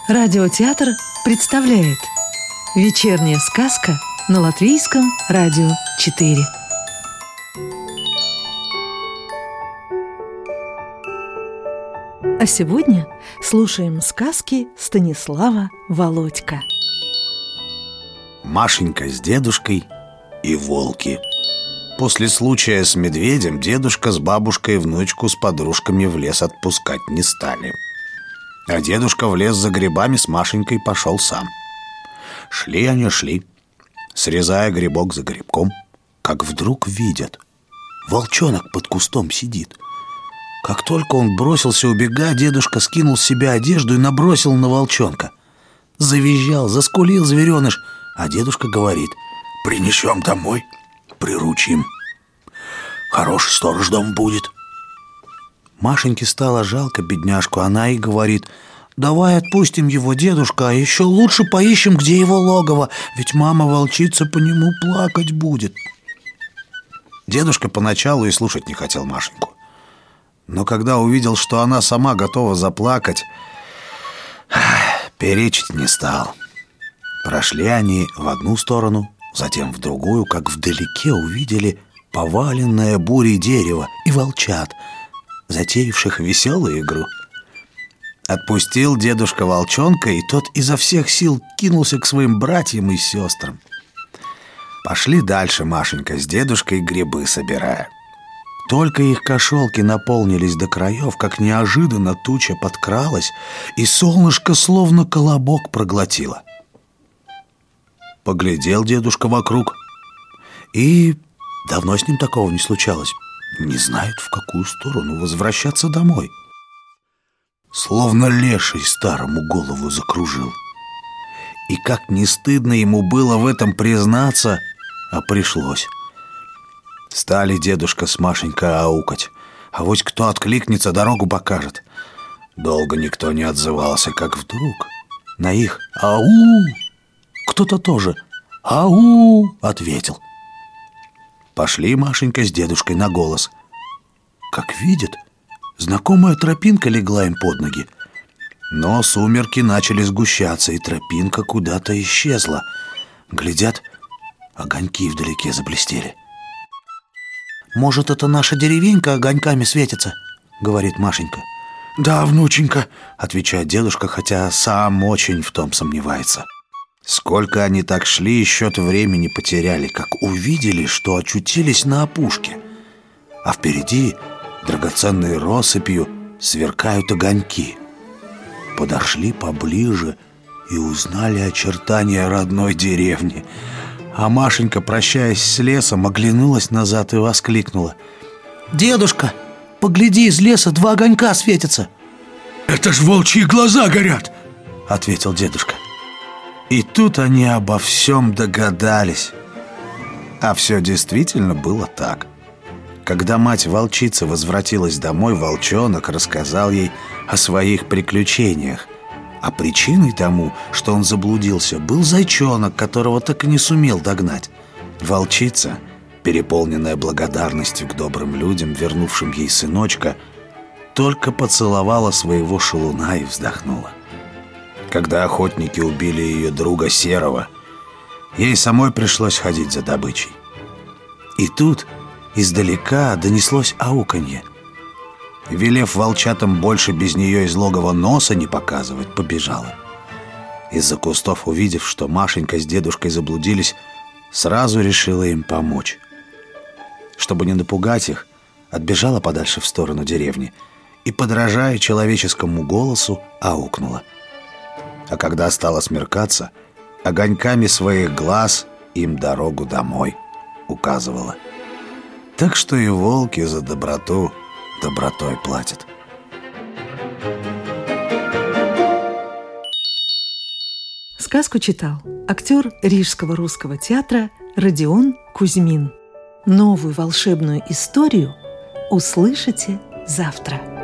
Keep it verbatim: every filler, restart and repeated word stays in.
Радиотеатр представляет «Вечерняя сказка» на Латвийском радио четыре. А сегодня слушаем сказки Станислава Володька. Машенька с дедушкой и волки. После случая с медведем дедушка с бабушкой внучку с подружками в лес отпускать не стали. А дедушка в лес за грибами с Машенькой пошел сам. Шли они, шли, срезая грибок за грибком, как вдруг видят: волчонок под кустом сидит. Как только он бросился убегать, дедушка скинул с себя одежду и набросил на волчонка. Завизжал, заскулил звереныш, а дедушка говорит: принесем домой, приручим. Хороший сторож дом будет. Машеньке стало жалко бедняжку, она и говорит: давай отпустим его, дедушка, а еще лучше поищем, где его логово, ведь мама-волчица по нему плакать будет. Дедушка поначалу и слушать не хотел Машеньку, но когда увидел, что она сама готова заплакать, перечить не стал. Прошли они в одну сторону, затем в другую, как вдалеке увидели поваленное бурей дерево и волчат, затеявших веселую игру. Отпустил дедушка волчонка, и тот изо всех сил кинулся к своим братьям и сестрам. Пошли дальше Машенька с дедушкой грибы собирая. Только их кошелки наполнились до краев, как неожиданно туча подкралась, и солнышко словно колобок проглотило. Поглядел дедушка вокруг, и давно с ним такого не случалось. Не знает, в какую сторону возвращаться домой. Словно леший старому голову закружил. И как не стыдно ему было в этом признаться, а пришлось. Стали дедушка с Машенькой аукать, а вот кто откликнется, дорогу покажет. Долго никто не отзывался, как вдруг на их «Ау!» кто-то тоже «Ау!» ответил. Пошли Машенька с дедушкой на голос. Как видят, знакомая тропинка легла им под ноги. Но сумерки начали сгущаться, и тропинка куда-то исчезла. Глядят, огоньки вдалеке заблестели. «Может, это наша деревенька огоньками светится?» — говорит Машенька. «Да, внученька», — отвечает дедушка, хотя сам очень в том сомневается. Сколько они так шли, счет времени потеряли, как увидели, что очутились на опушке. А впереди драгоценной россыпью сверкают огоньки. Подошли поближе и узнали очертания родной деревни. А Машенька, прощаясь с лесом, оглянулась назад и воскликнула: «Дедушка, погляди, из леса два огонька светятся!» «Это ж волчьи глаза горят!» — ответил дедушка. И тут они обо всем догадались. А все действительно было так. Когда мать-волчица возвратилась домой, волчонок рассказал ей о своих приключениях. А причиной тому, что он заблудился, был зайчонок, которого так и не сумел догнать. Волчица, переполненная благодарностью к добрым людям, вернувшим ей сыночка, только поцеловала своего шалуна и вздохнула. Когда охотники убили ее друга Серого, ей самой пришлось ходить за добычей. И тут издалека донеслось ауканье. Велев волчатам больше без нее из логова носа не показывать, побежала. Из-за кустов, увидев, что Машенька с дедушкой заблудились, сразу решила им помочь. Чтобы не напугать их, отбежала подальше в сторону деревни и, подражая человеческому голосу, аукнула. А когда стало смеркаться, огоньками своих глаз им дорогу домой указывала. Так что и волки за доброту добротой платят. Сказку читал актер Рижского русского театра Родион Кузьмин. Новую волшебную историю услышите завтра.